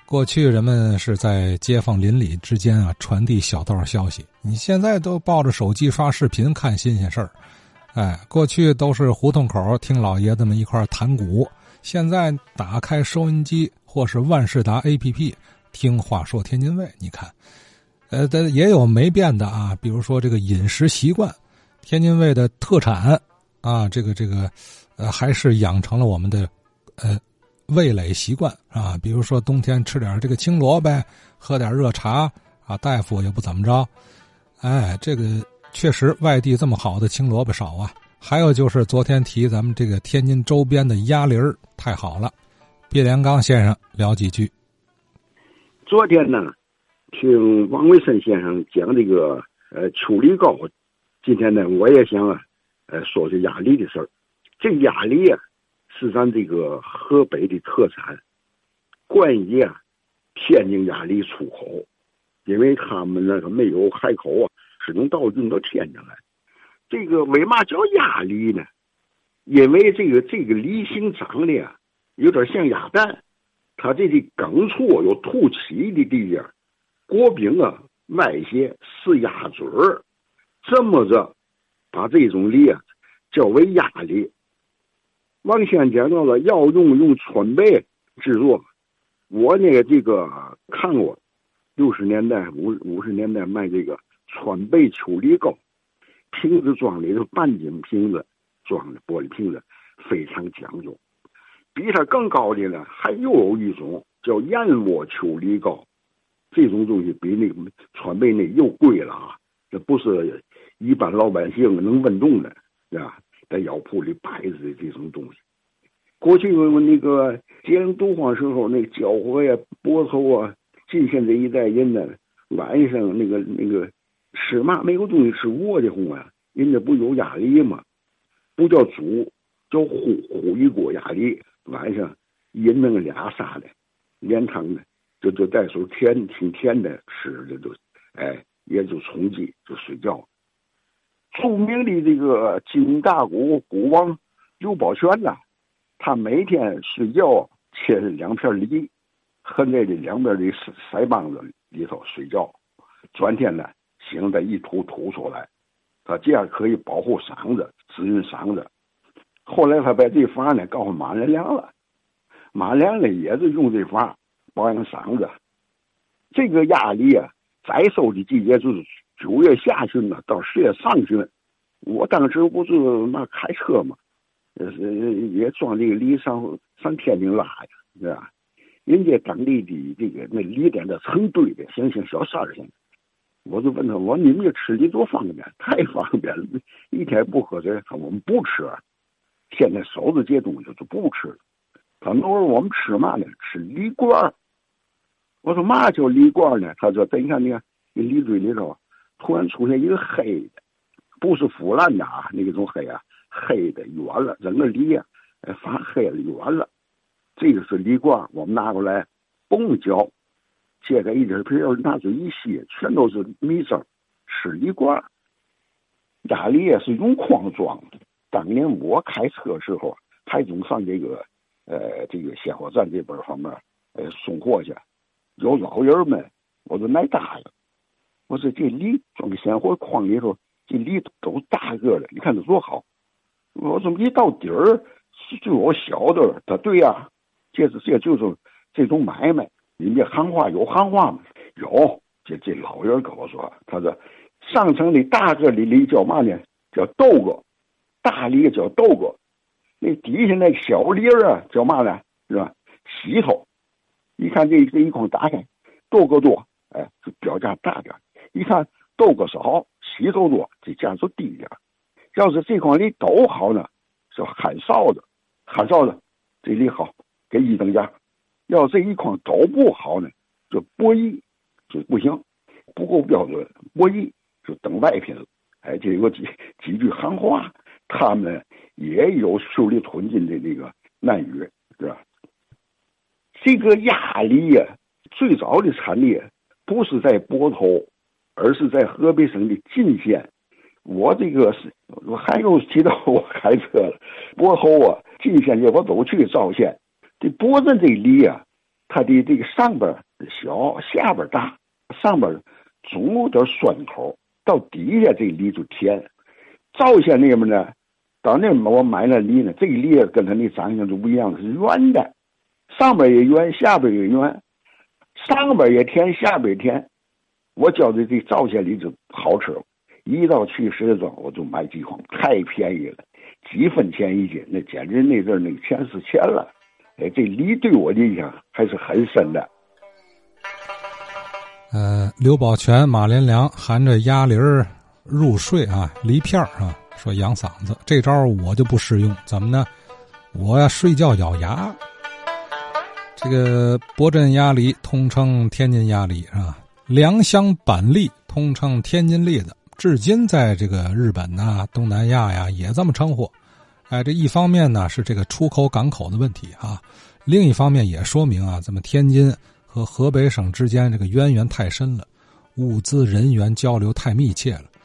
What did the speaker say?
过去人们是在街坊邻里之间啊传递小道消息，你现在都抱着手机刷视频看新鲜事儿。过去都是胡同口听老爷子们一块谈股，现在打开收音机或是万事达 APP 听话说天津卫。你看也有没变的啊，比如说这个饮食习惯，天津卫的特产啊，这个还是养成了我们的味蕾习惯啊，比如说冬天吃点这个青萝卜，喝点热茶啊，大夫也不怎么着。这个确实外地这么好的青萝卜少啊。还有就是昨天提咱们这个天津周边的鸭梨儿太好了，毕连刚先生聊几句。 昨天呢，听王维森先生讲这个秋梨糕，今天呢我也想说是鸭梨的事儿。这鸭梨啊是咱这个河北的特产，冠以天津鸭梨出口，因为他们那个没有海口啊，是用到运到天津来。这个为嘛叫鸭梨呢？因为这个梨形长的有点像鸭蛋，它这个梗处有凸起的地方，果柄外些是鸭嘴儿，这么着把这种梨叫为鸭梨。王先讲到了要用川贝制作，我呢这个看过60年代50年代卖这个川贝秋梨糕，瓶子装的是半斤瓶子装的玻璃瓶子，非常讲究。比它更高的呢还又有一种叫燕窝秋梨糕，这种东西比那个川贝那又贵了啊，这不是一般老百姓能问动的啊，在药铺里摆着的这种东西。过去那个节令毒荒时候，那个焦火脖头晋县这一带人呢，晚上那个吃嘛没有东西吃，窝的慌人家不有鸭梨吗？不叫煮，叫烀一锅鸭梨，晚上人那个俩仨的连汤的，就带手挺甜的吃的都，也就充饥就睡觉。著名的这个金大鼓王刘宝全他每天睡觉切2片梨，横在这两边的腮帮子里头睡觉，转天呢醒再一吐出来，他这样可以保护嗓子，滋润嗓子。后来他把这法呢告诉马连良了，马连良也是用这法保养嗓子。这个鸭梨采收的季节就是9月下旬到10月上旬。我当时不是开车嘛，也装这个梨上天津拉呀，是吧？人家当地的这个那梨点的成堆的，像小山儿似的。我就问他，我说你们这吃梨多方便，太方便了，一天不喝水。他说我们不吃，现在守着这东西就不吃了。他说我们吃嘛呢？吃梨罐。我说嘛叫梨罐呢？他说等一下你看那梨堆里头突然出现一个黑的，不是腐烂的那种黑黑的圆了，整个梨发黑了圆了，这个是梨罐。我们拿过来不用嚼，切开一点皮，要拿嘴一吸，全都是蜜汁，吃梨罐。鸭梨是用筐装的。当年我开车时候还总上这个鲜货站这边方面送货去，有老人们我就挨大了。我说这梨装个鲜货筐里头，这梨都大个的，你看这多好。我怎么一到底儿就有小的？他对这就是这种买卖。你这行话有行话吗？有。这老人跟我说，他说上层的大个的梨叫嘛呢？叫豆个，大梨叫豆个。那底下那小梨叫嘛呢？是吧？洗头。一看这一筐打开，豆个多，就标价大点；一看豆个少，洗头多，这价就低点。要是这筐梨都好呢，是喊哨子，这梨好，给1等价。要这一筐都不好呢，就博弈，就不行，不够标准，博弈就等外品了。这有几句行话，他们也有袖里吞金的这个难语，是吧？这个鸭梨最早的产地不是在泊头，而是在河北省的晋县。我还有提到我开车了，泊头晋县我都去赵县。这泊镇这梨它的这个上边小，下边大，上边总有点酸口，到底下这个梨就甜。赵县那边呢，到那边我买了梨呢，这个梨跟它那长相就不一样，是圆的，上边也圆，下边也圆，上边也甜，下边也甜。我觉得这赵县梨就好吃，一到去石家庄我就买几筐，太便宜了，几分钱一斤，那简直那阵儿那个钱是钱了。这梨对我的印象还是很深的。 刘宝全、马连良含着鸭梨儿入睡啊，梨片啊，说养嗓子，这招我就不适用。怎么呢？我呀睡觉咬牙。这个博镇鸭梨通称天津鸭梨啊，良乡板栗通称天津栗子，至今在这个日本呐、东南亚呀也这么称呼。这一方面呢是这个出口港口的问题啊，另一方面也说明啊，咱们天津和河北省之间这个渊源太深了，物资人员交流太密切了。